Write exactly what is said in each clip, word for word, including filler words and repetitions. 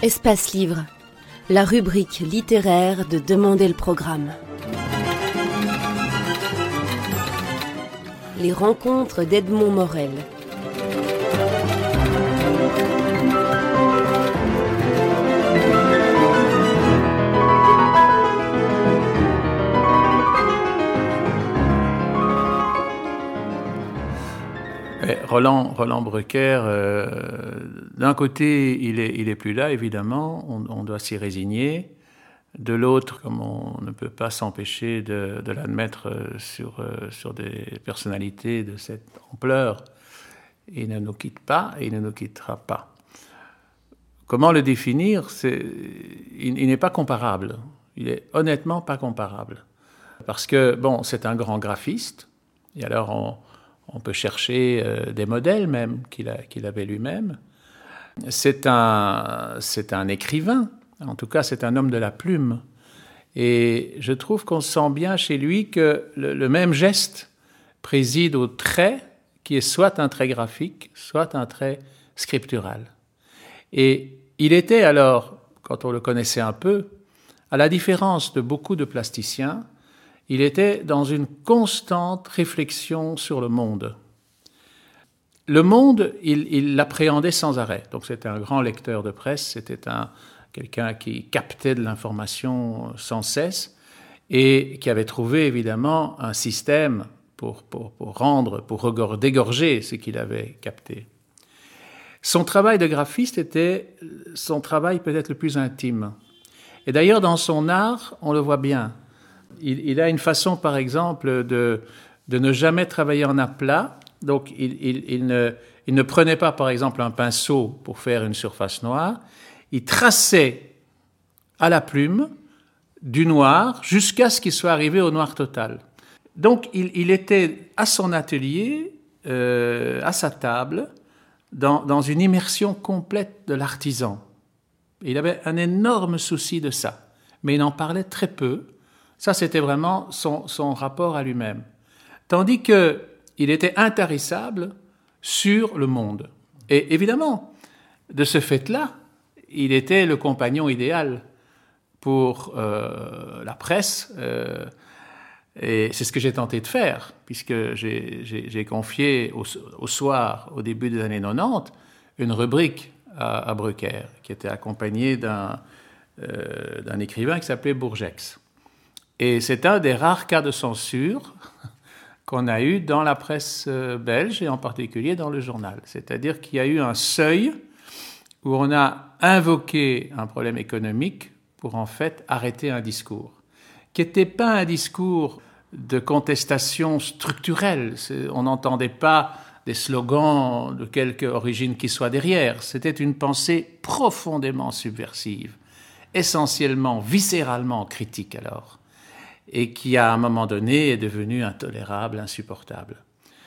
Espace Livre, la rubrique littéraire de Demandez le programme. Les rencontres d'Edmond Morel. Roland, Roland Brucker, euh, d'un côté, il est, il est plus là, évidemment, on, on doit s'y résigner. De l'autre, comme on ne peut pas s'empêcher de, de l'admettre sur, euh, sur des personnalités de cette ampleur, il ne nous quitte pas et il ne nous quittera pas. Comment le définir? C'est, il, il n'est pas comparable. Il est honnêtement pas comparable. Parce que, bon, c'est un grand graphiste, et alors on... On peut chercher euh, des modèles même qu'il, a, qu'il avait lui-même. C'est un, c'est un écrivain, en tout cas c'est un homme de la plume. Et je trouve qu'on sent bien chez lui que le, le même geste préside au trait qui est soit un trait graphique, soit un trait scriptural. Et il était alors, quand on le connaissait un peu, à la différence de beaucoup de plasticiens, il était dans une constante réflexion sur le monde. Le monde, il, il l'appréhendait sans arrêt. Donc c'était un grand lecteur de presse, c'était un, quelqu'un qui captait de l'information sans cesse et qui avait trouvé évidemment un système pour, pour, pour rendre, pour dégorger ce qu'il avait capté. Son travail de graphiste était son travail peut-être le plus intime. Et d'ailleurs, dans son art, on le voit bien. Il, il a une façon, par exemple, de, de ne jamais travailler en aplat. Donc, il, il, il, ne, il ne prenait pas, par exemple, un pinceau pour faire une surface noire. Il traçait à la plume du noir jusqu'à ce qu'il soit arrivé au noir total. Donc, il, il était à son atelier, euh, à sa table, dans, dans une immersion complète de l'artisan. Il avait un énorme souci de ça, mais il en parlait très peu. Ça, c'était vraiment son, son rapport à lui-même. Tandis qu'il était intarissable sur le monde. Et évidemment, de ce fait-là, il était le compagnon idéal pour euh, la presse. Euh, et c'est ce que j'ai tenté de faire, puisque j'ai, j'ai, j'ai confié au, au soir, au début des années quatre-vingt-dix, une rubrique à, à Brucker, qui était accompagnée d'un, euh, d'un écrivain qui s'appelait Bourgex. Et c'est un des rares cas de censure qu'on a eu dans la presse belge et en particulier dans le journal. C'est-à-dire qu'il y a eu un seuil où on a invoqué un problème économique pour en fait arrêter un discours, qui n'était pas un discours de contestation structurelle. C'est, on n'entendait pas des slogans de quelque origine qui soit derrière. C'était une pensée profondément subversive, essentiellement, viscéralement critique alors, et qui, à un moment donné, est devenu intolérable, insupportable.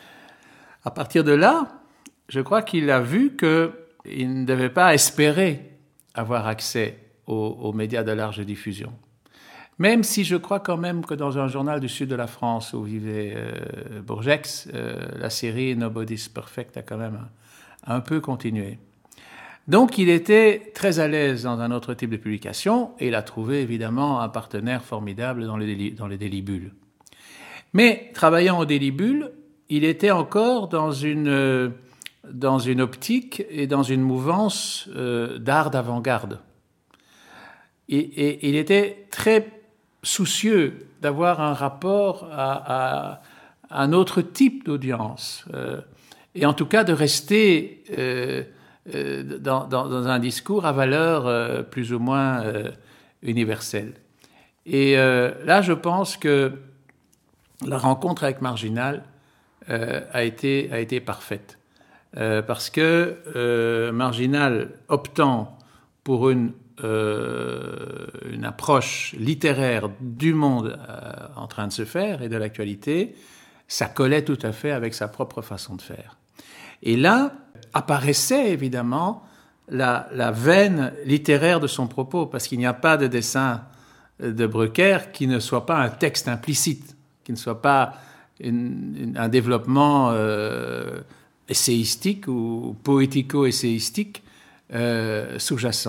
À partir de là, je crois qu'il a vu qu'il ne devait pas espérer avoir accès aux, aux médias de large diffusion. Même si je crois quand même que dans un journal du sud de la France où vivait euh, Bourgex, euh, la série Nobody's Perfect a quand même un, un peu continué. Donc, il était très à l'aise dans un autre type de publication et il a trouvé évidemment un partenaire formidable dans les, déli- dans les Délibule. Mais, travaillant au Délibule, il était encore dans une, euh, dans une optique et dans une mouvance euh, d'art d'avant-garde. Et, et il était très soucieux d'avoir un rapport à, à, à un autre type d'audience. Euh, et en tout cas, de rester... Euh, Dans, dans, dans un discours à valeur euh, plus ou moins euh, universelle. Et euh, là, je pense que la rencontre avec Marginal euh, a, été, a été parfaite. Euh, parce que euh, Marginal, optant pour une, euh, une approche littéraire du monde euh, en train de se faire et de l'actualité, ça collait tout à fait avec sa propre façon de faire. Et là, apparaissait évidemment la, la veine littéraire de son propos, parce qu'il n'y a pas de dessin de Brucker qui ne soit pas un texte implicite, qui ne soit pas une, une, un développement euh, essayistique ou poético-essayistique euh, sous-jacent.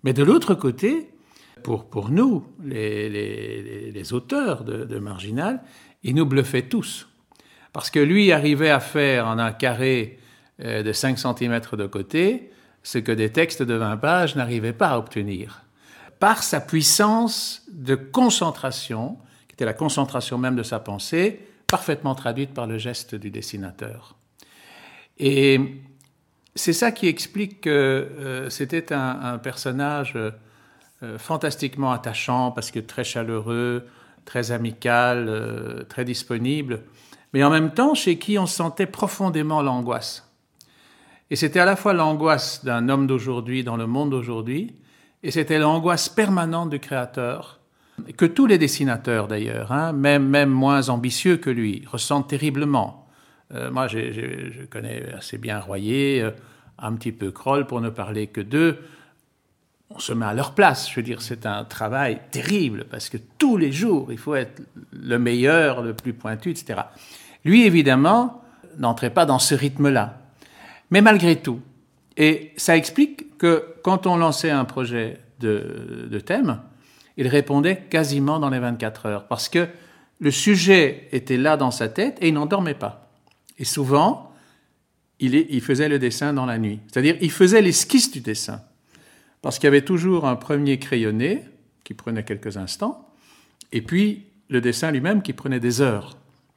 Mais de l'autre côté, pour, pour nous, les, les, les auteurs de, de Marginal, il nous bluffait tous. Parce que lui arrivait à faire en un carré euh, de cinq centimètres de côté ce que des textes de vingt pages n'arrivaient pas à obtenir. Par sa puissance de concentration, qui était la concentration même de sa pensée, parfaitement traduite par le geste du dessinateur. Et c'est ça qui explique que euh, c'était un, un personnage euh, fantastiquement attachant, parce que très chaleureux, très amical, euh, très disponible, mais en même temps chez qui on sentait profondément l'angoisse. Et c'était à la fois l'angoisse d'un homme d'aujourd'hui, dans le monde d'aujourd'hui, et c'était l'angoisse permanente du créateur, que tous les dessinateurs d'ailleurs, hein, même, même moins ambitieux que lui, ressentent terriblement. Euh, moi, j'ai, j'ai, je connais assez bien Royer, euh, un petit peu Kroll, pour ne parler que d'eux. On se met à leur place. Je veux dire, c'est un travail terrible, parce que tous les jours, il faut être le meilleur, le plus pointu, et cetera. Lui, évidemment, n'entrait pas dans ce rythme-là. Mais malgré tout, et ça explique que quand on lançait un projet de, de thème, il répondait quasiment dans les vingt-quatre heures, parce que le sujet était là dans sa tête et il n'en dormait pas. Et souvent, il, est, il faisait le dessin dans la nuit. C'est-à-dire, il faisait l'esquisse du dessin, parce qu'il y avait toujours un premier crayonné qui prenait quelques instants, et puis le dessin lui-même qui prenait des heures.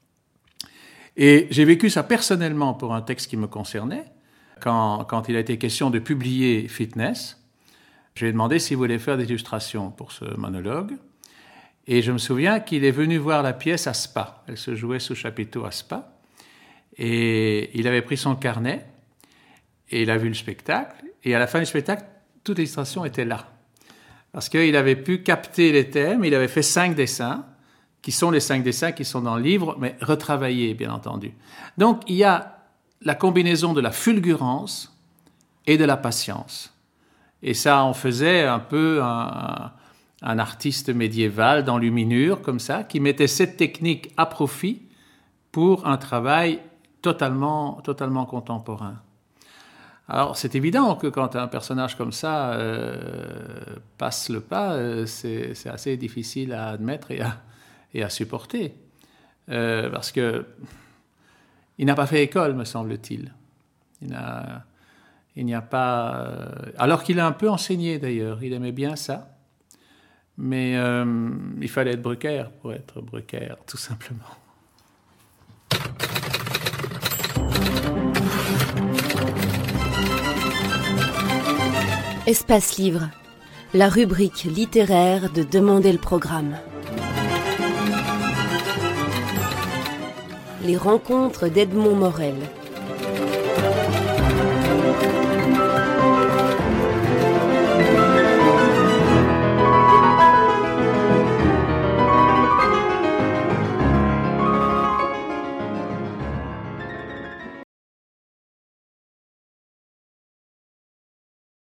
Et j'ai vécu ça personnellement pour un texte qui me concernait. Quand, quand il a été question de publier Fitness, je lui ai demandé s'il voulait faire des illustrations pour ce monologue. Et je me souviens qu'il est venu voir la pièce à Spa. Elle se jouait sous chapiteau à Spa. Et il avait pris son carnet et il a vu le spectacle. Et à la fin du spectacle, toute l'illustration était là. Parce qu'il avait pu capter les thèmes. Il avait fait cinq dessins, qui sont les cinq dessins qui sont dans le livre, mais retravaillés, bien entendu. Donc, il y a la combinaison de la fulgurance et de la patience. Et ça en faisait un peu un, un artiste médiéval d'enluminure, comme ça, qui mettait cette technique à profit pour un travail totalement, totalement contemporain. Alors, c'est évident que quand un personnage comme ça euh, passe le pas, euh, c'est, c'est assez difficile à admettre et à, et à supporter. Euh, parce que il n'a pas fait école, me semble-t-il. Il n'a, il n'y a pas... Euh, alors qu'il a un peu enseigné, d'ailleurs. Il aimait bien ça. Mais euh, il fallait être Bruckner pour être Bruckner, tout simplement. Espace Livre, la rubrique littéraire de Demandez le programme. Les rencontres d'Edmond Morel.